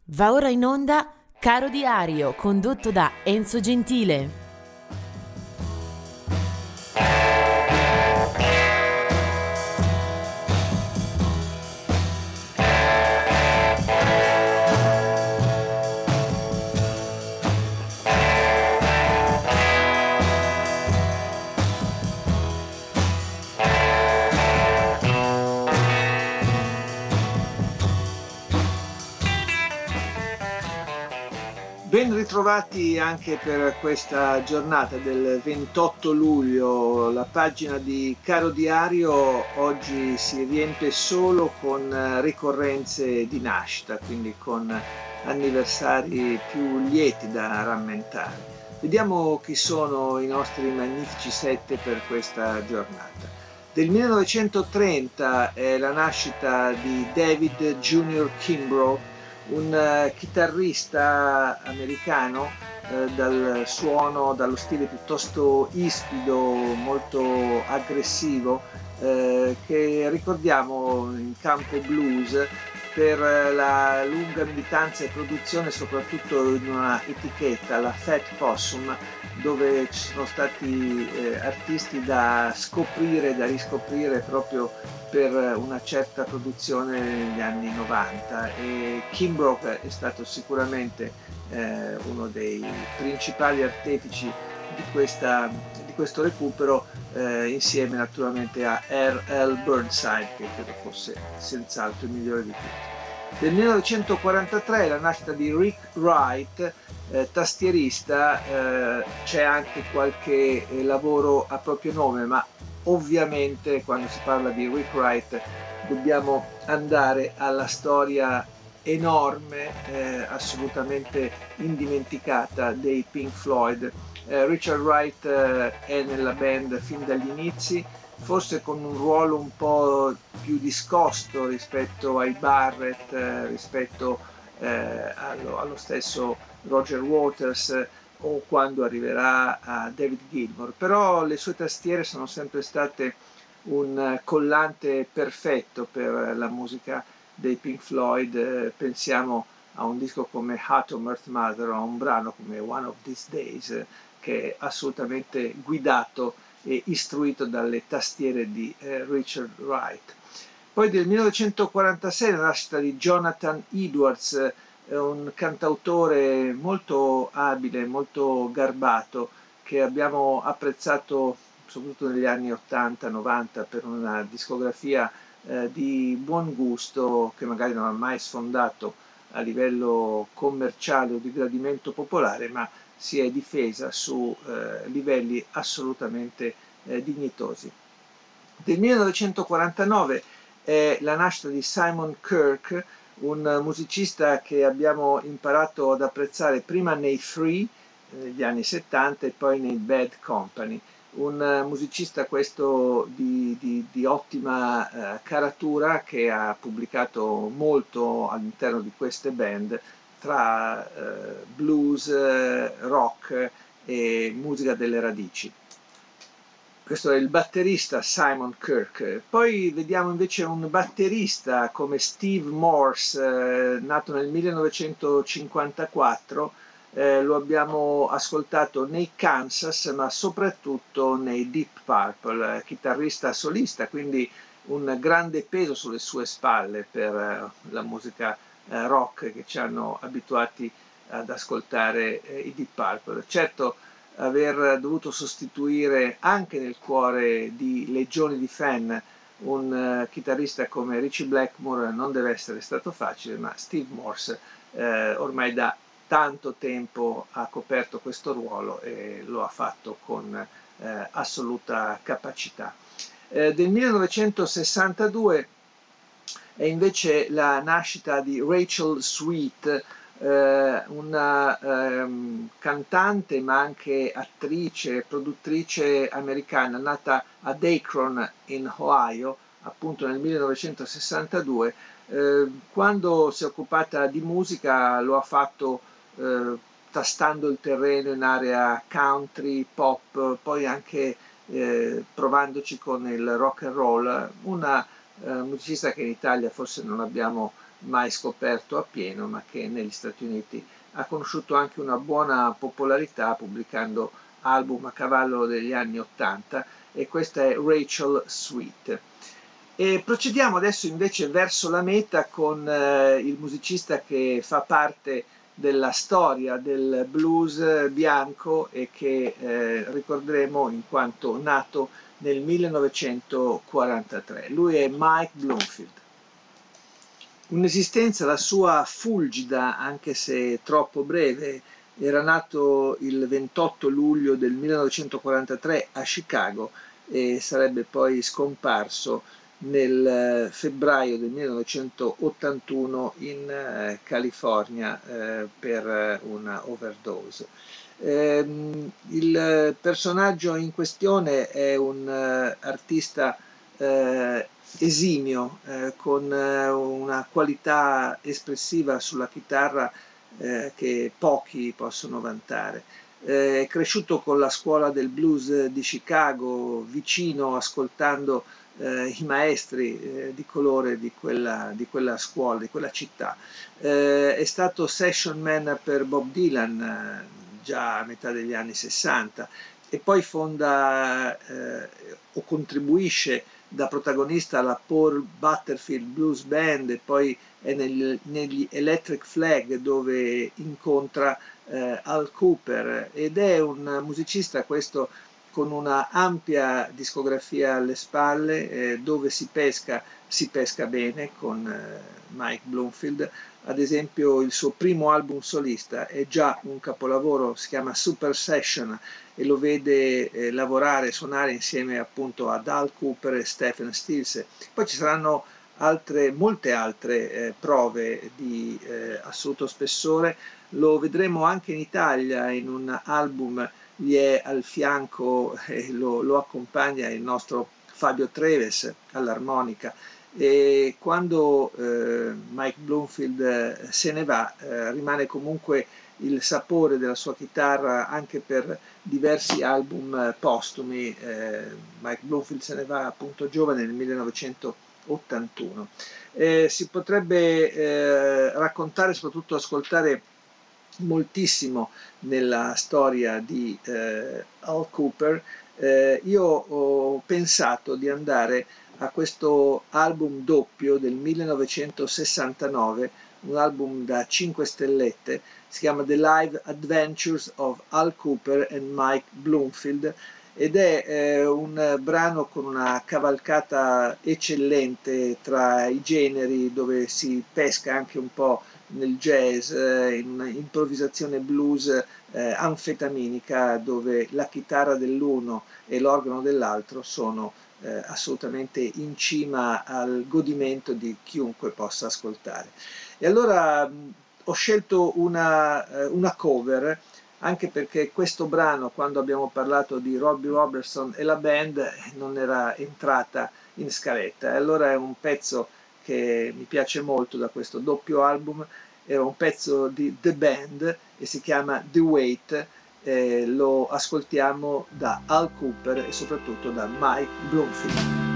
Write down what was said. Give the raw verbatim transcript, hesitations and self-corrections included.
Va ora in onda Caro Diario, condotto da Enzo Gentile. Ben ritrovati anche per questa giornata del ventotto luglio. La pagina di Caro Diario oggi si riempie solo con ricorrenze di nascita, quindi con anniversari più lieti da rammentare. Vediamo chi sono i nostri magnifici sette per questa giornata. Del millenovecentotrenta è la nascita di David Junior Kimbrough, un uh, chitarrista americano eh, dal suono, dallo stile piuttosto ispido, molto aggressivo, eh, che ricordiamo in campo blues per la lunga militanza e produzione soprattutto in una etichetta, la Fat Possum, dove ci sono stati eh, artisti da scoprire, da riscoprire proprio per una certa produzione negli anni novanta, e Kimbrough è stato sicuramente eh, uno dei principali artefici di, questa, di questo recupero, eh, insieme naturalmente a R L Burnside, che credo fosse senz'altro il migliore di tutti. Del millenovecentoquarantatré è la nascita di Rick Wright, eh, tastierista. Eh, c'è anche qualche eh, lavoro a proprio nome, ma ovviamente quando si parla di Rick Wright dobbiamo andare alla storia enorme, eh, assolutamente indimenticata dei Pink Floyd. Eh, Richard Wright eh, è nella band fin dagli inizi, forse con un ruolo un po' più discosto rispetto ai Barrett, eh, rispetto eh, allo, allo stesso Roger Waters, o quando arriverà a David Gilmour, però le sue tastiere sono sempre state un collante perfetto per la musica dei Pink Floyd. Pensiamo a un disco come Atom Earth Mother, o a un brano come One of These Days, che è assolutamente guidato e istruito dalle tastiere di eh, Richard Wright. Poi del millenovecentoquarantasei la nascita di Jonathan Edwards, un cantautore molto abile, molto garbato, che abbiamo apprezzato soprattutto negli anni ottanta novanta per una discografia eh, di buon gusto, che magari non ha mai sfondato a livello commerciale o di gradimento popolare, ma si è difesa su eh, livelli assolutamente eh, dignitosi. Del millenovecentoquarantanove è la nascita di Simon Kirke, un musicista che abbiamo imparato ad apprezzare prima nei Free negli anni settanta e poi nei Bad Company. Un musicista questo di, di, di ottima eh, caratura, che ha pubblicato molto all'interno di queste band, tra eh, blues, eh, rock e musica delle radici. Questo è il batterista Simon Kirke. Poi vediamo invece un batterista come Steve Morse, eh, nato nel millenovecentocinquantaquattro. Eh, lo abbiamo ascoltato nei Kansas, ma soprattutto nei Deep Purple, eh, chitarrista solista, quindi un grande peso sulle sue spalle per eh, la musica eh, rock che ci hanno abituati ad ascoltare eh, i Deep Purple. Certo, aver dovuto sostituire anche nel cuore di legioni di fan un uh, chitarrista come Ritchie Blackmore non deve essere stato facile, ma Steve Morse eh, ormai da tanto tempo ha coperto questo ruolo e lo ha fatto con eh, assoluta capacità. Eh, del millenovecentosessantadue è invece la nascita di Rachel Sweet, eh, una ehm, cantante ma anche attrice, produttrice americana, nata ad Akron in Ohio, appunto nel millenovecentosessantadue. Eh, quando si è occupata di musica lo ha fatto eh, tastando il terreno in area country, pop, poi anche eh, provandoci con il rock and roll, una eh, musicista che in Italia forse non abbiamo mai scoperto appieno, ma che negli Stati Uniti ha conosciuto anche una buona popolarità pubblicando album a cavallo degli anni ottanta, e questa è Rachel Sweet. E procediamo adesso invece verso la meta con eh, il musicista che fa parte della storia del blues bianco e che eh, ricorderemo in quanto nato nel millenovecentoquarantatré. Lui è Mike Bloomfield. Un'esistenza la sua fulgida, anche se troppo breve. Era nato il ventotto luglio del millenovecentoquarantatré a Chicago e sarebbe poi scomparso nel febbraio del millenovecentottantuno in eh, California eh, per una overdose. Eh, il personaggio in questione è un uh, artista eh, esimio, eh, con eh, una qualità espressiva sulla chitarra eh, che pochi possono vantare. Eh, è cresciuto con la scuola del blues di Chicago, vicino, ascoltando eh, i maestri eh, di colore di quella, di quella scuola, di quella città. Eh, è stato session man per Bob Dylan eh, già a metà degli anni sessanta, e poi fonda eh, o contribuisce da protagonista alla Paul Butterfield Blues Band, e poi è nel, negli Electric Flag dove incontra eh, Al Cooper, ed è un musicista questo con una ampia discografia alle spalle, eh, dove si pesca, si pesca bene con eh, Mike Bloomfield. Ad esempio il suo primo album solista è già un capolavoro, si chiama Super Session, e lo vede eh, lavorare, suonare insieme appunto ad Al Cooper e Stephen Stills. Poi ci saranno altre, molte altre eh, prove di eh, assoluto spessore. Lo vedremo anche in Italia in un album, gli è al fianco e eh, lo, lo accompagna il nostro Fabio Treves all'armonica. E quando eh, Mike Bloomfield eh, se ne va, eh, rimane comunque il sapore della sua chitarra anche per diversi album eh, postumi. eh, Mike Bloomfield se ne va appunto giovane nel millenovecentottantuno. Eh, si potrebbe eh, raccontare, soprattutto ascoltare moltissimo nella storia di eh, Al Cooper. Eh, io ho pensato di andare a questo album doppio del millenovecentosessantanove, un album da cinque stellette, si chiama The Live Adventures of Al Cooper and Mike Bloomfield, ed è eh, un brano con una cavalcata eccellente tra i generi, dove si pesca anche un po' nel jazz, eh, in un'improvvisazione blues eh, anfetaminica, dove la chitarra dell'uno e l'organo dell'altro sono eh, assolutamente in cima al godimento di chiunque possa ascoltare. E allora mh, ho scelto una, eh, una cover, anche perché questo brano, quando abbiamo parlato di Robbie Robertson e la band, non era entrata in scaletta. E allora è un pezzo che mi piace molto da questo doppio album, è un pezzo di The Band e si chiama The Wait. Eh, lo ascoltiamo da Al Cooper e soprattutto da Mike Bloomfield.